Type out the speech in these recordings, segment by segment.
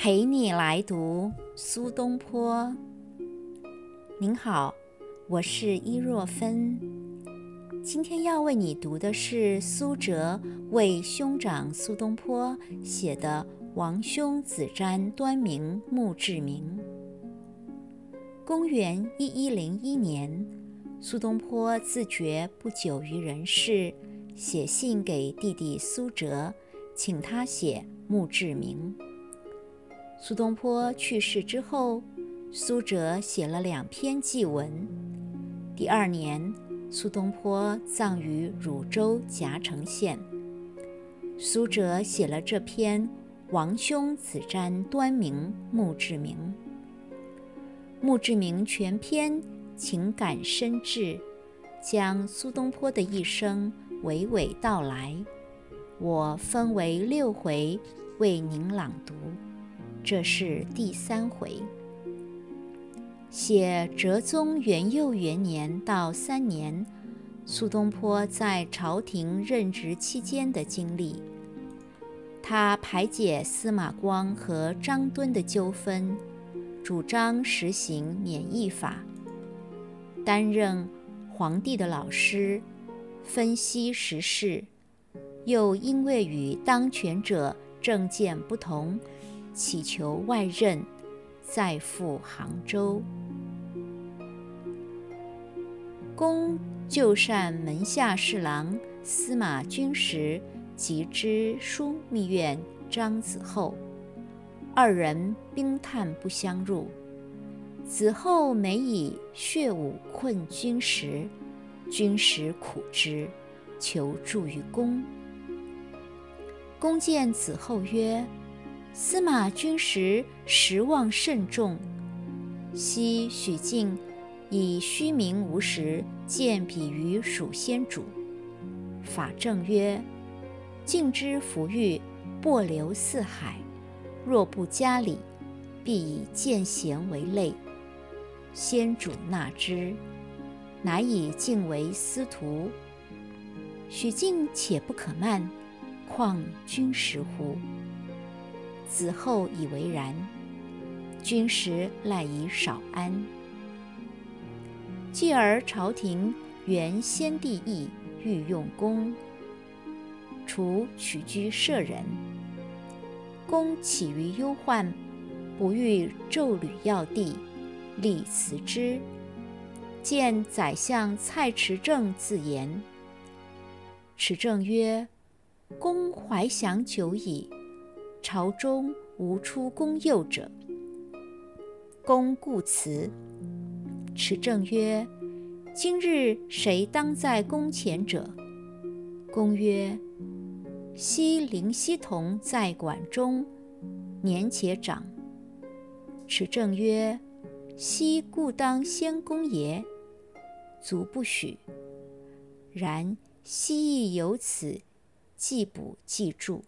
陪你来读苏东坡。您好，我是伊若芬。今天要为你读的是苏辙为兄长苏东坡写的《王兄子瞻端明墓志铭》。公元1101年，苏东坡自觉不久于人世，写信给弟弟苏辙，请他写墓志铭。苏东坡去世之后，苏辙写了2篇祭文。第2年，苏东坡葬于汝州夹城县。苏辙写了这篇《王兄子瞻端明墓志铭》。墓志铭全篇情感深挚，将苏东坡的一生娓娓道来。我分为6回为您朗读，这是第3回。写哲宗元佑元年到3年，苏东坡在朝廷任职期间的经历。他排解司马光和张敦的纠纷，主张实行免役法，担任皇帝的老师，分析时事，又因为与当权者政见不同，乞求外任，再赴杭州。公就善门下侍郎司马君实及之枢密院张子厚，2人冰炭不相入。子厚每以血武困君实，君实苦之，求助于公。公见子厚曰：司马君实实望甚重，昔许靖以虚名无实见彼于蜀先主。法正曰：靖之福裕，薄流四海，若不加礼，必以见贤为累。先主纳之，乃以靖为司徒。许靖且不可慢，况君实乎？子厚以为然，君实赖以少安。继而朝廷原先帝意，欲用公，除取居舍人。公起于忧患，不欲骤履要地，立辞之。见宰相蔡持正自言。持正曰：公怀享久矣，朝中无出公右者。公故辞。持正曰：今日谁当在公前者？公曰：昔林希同在馆中，年且长。持正曰：昔故当先公也。卒不许。然昔亦有此，既补既注。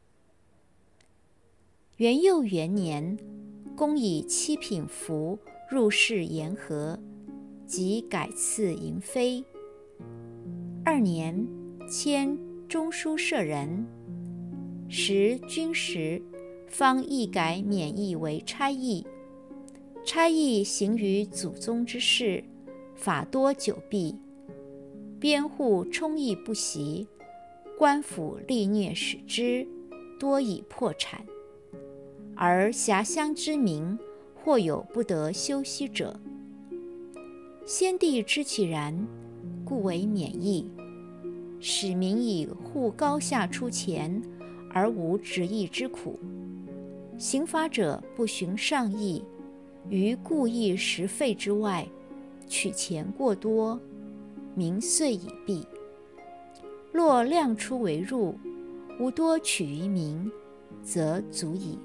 元佑元年，公以7品符入仕言和，即改赐银妃。2年，迁中书舍人。时君实方议改免役为差役。差役行于祖宗之事，法多久弊，边户充役不习，官府力虐使之，多以破产。而辖乡之民，或有不得休息者。先帝知其然，故为免役，使民以户高下出钱，而无执役之苦。刑罚者不循上义，于故意实废之外，取钱过多，民遂已毕。若量出为入，无多取于民，则足矣。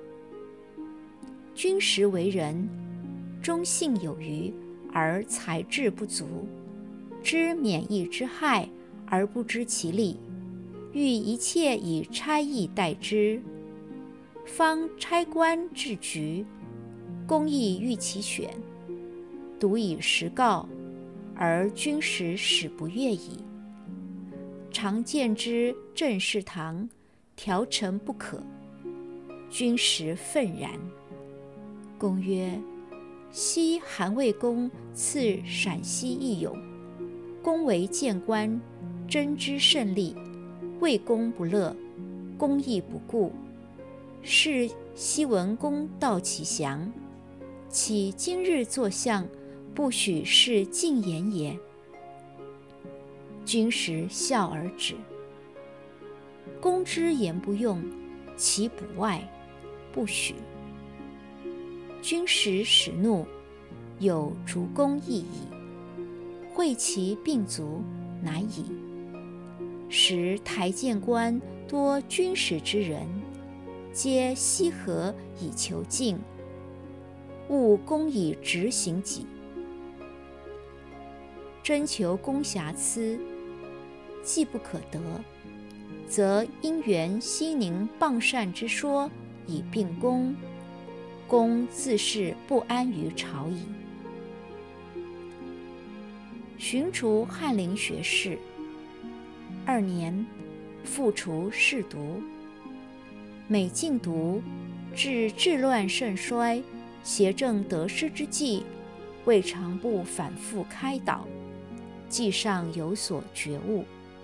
君实为人，忠信有余，而才智不足，知免役之害，而不知其利，欲一切以差役代之。方差官治局，公亦欲其选，独以实告，而君实始不悦矣。常见之政事堂，调陈不可。 君实愤然。公曰：昔韩魏公赐陕西一勇，公为谏官，争之胜利，魏公不乐，公亦不顾。是昔文公道其详，岂今日作相，不许是进言也？君实笑而止。公之言不用，其不外，不许。君实始怒，有逐公意矣。会其病卒，乃已。时台谏官多君实之人，皆西河以求进，勿公以直行己。征求公瑕疵，既不可得，则因缘西宁谤善之说以并公，公自是不安于朝矣。寻除翰林学士，2年，复除士读。每进读，至治乱盛衰、邪正得失之际，未尝不反复开导，既尚有所觉悟。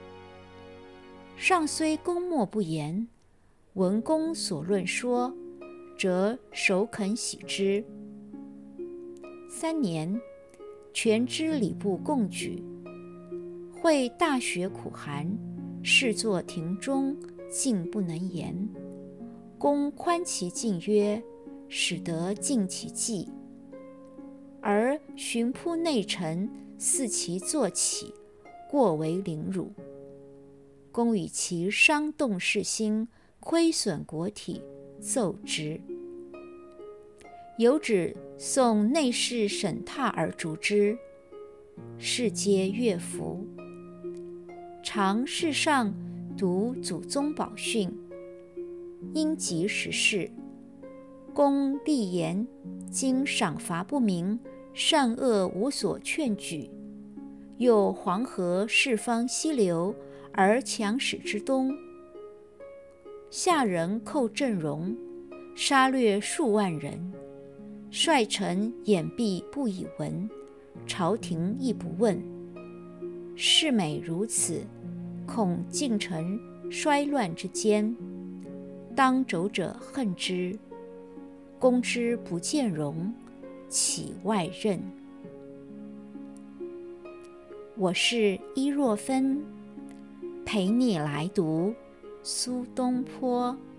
上虽公默不言，闻公所论说，则首肯喜之。3年，全知礼部贡举，会大学苦寒，事作庭中，竟不能言。公宽其禁曰：使得尽其计。而巡扑内臣，肆其坐起，过为凌辱。公与其伤动士心，亏损国体，奏之。有旨送内侍审榻而逐之，士皆乐服。常侍上读祖宗宝训，因及时事，公立言今赏罚不明，善恶无所劝举，又黄河四方西流，而强使之东。下人寇郑戎，杀掠数万人，率臣掩蔽不以闻，朝廷亦不问。事美如此，恐晋臣衰乱之间，当肘者恨之。公之不见容，岂外任？我是伊若芬，陪你来读苏东坡。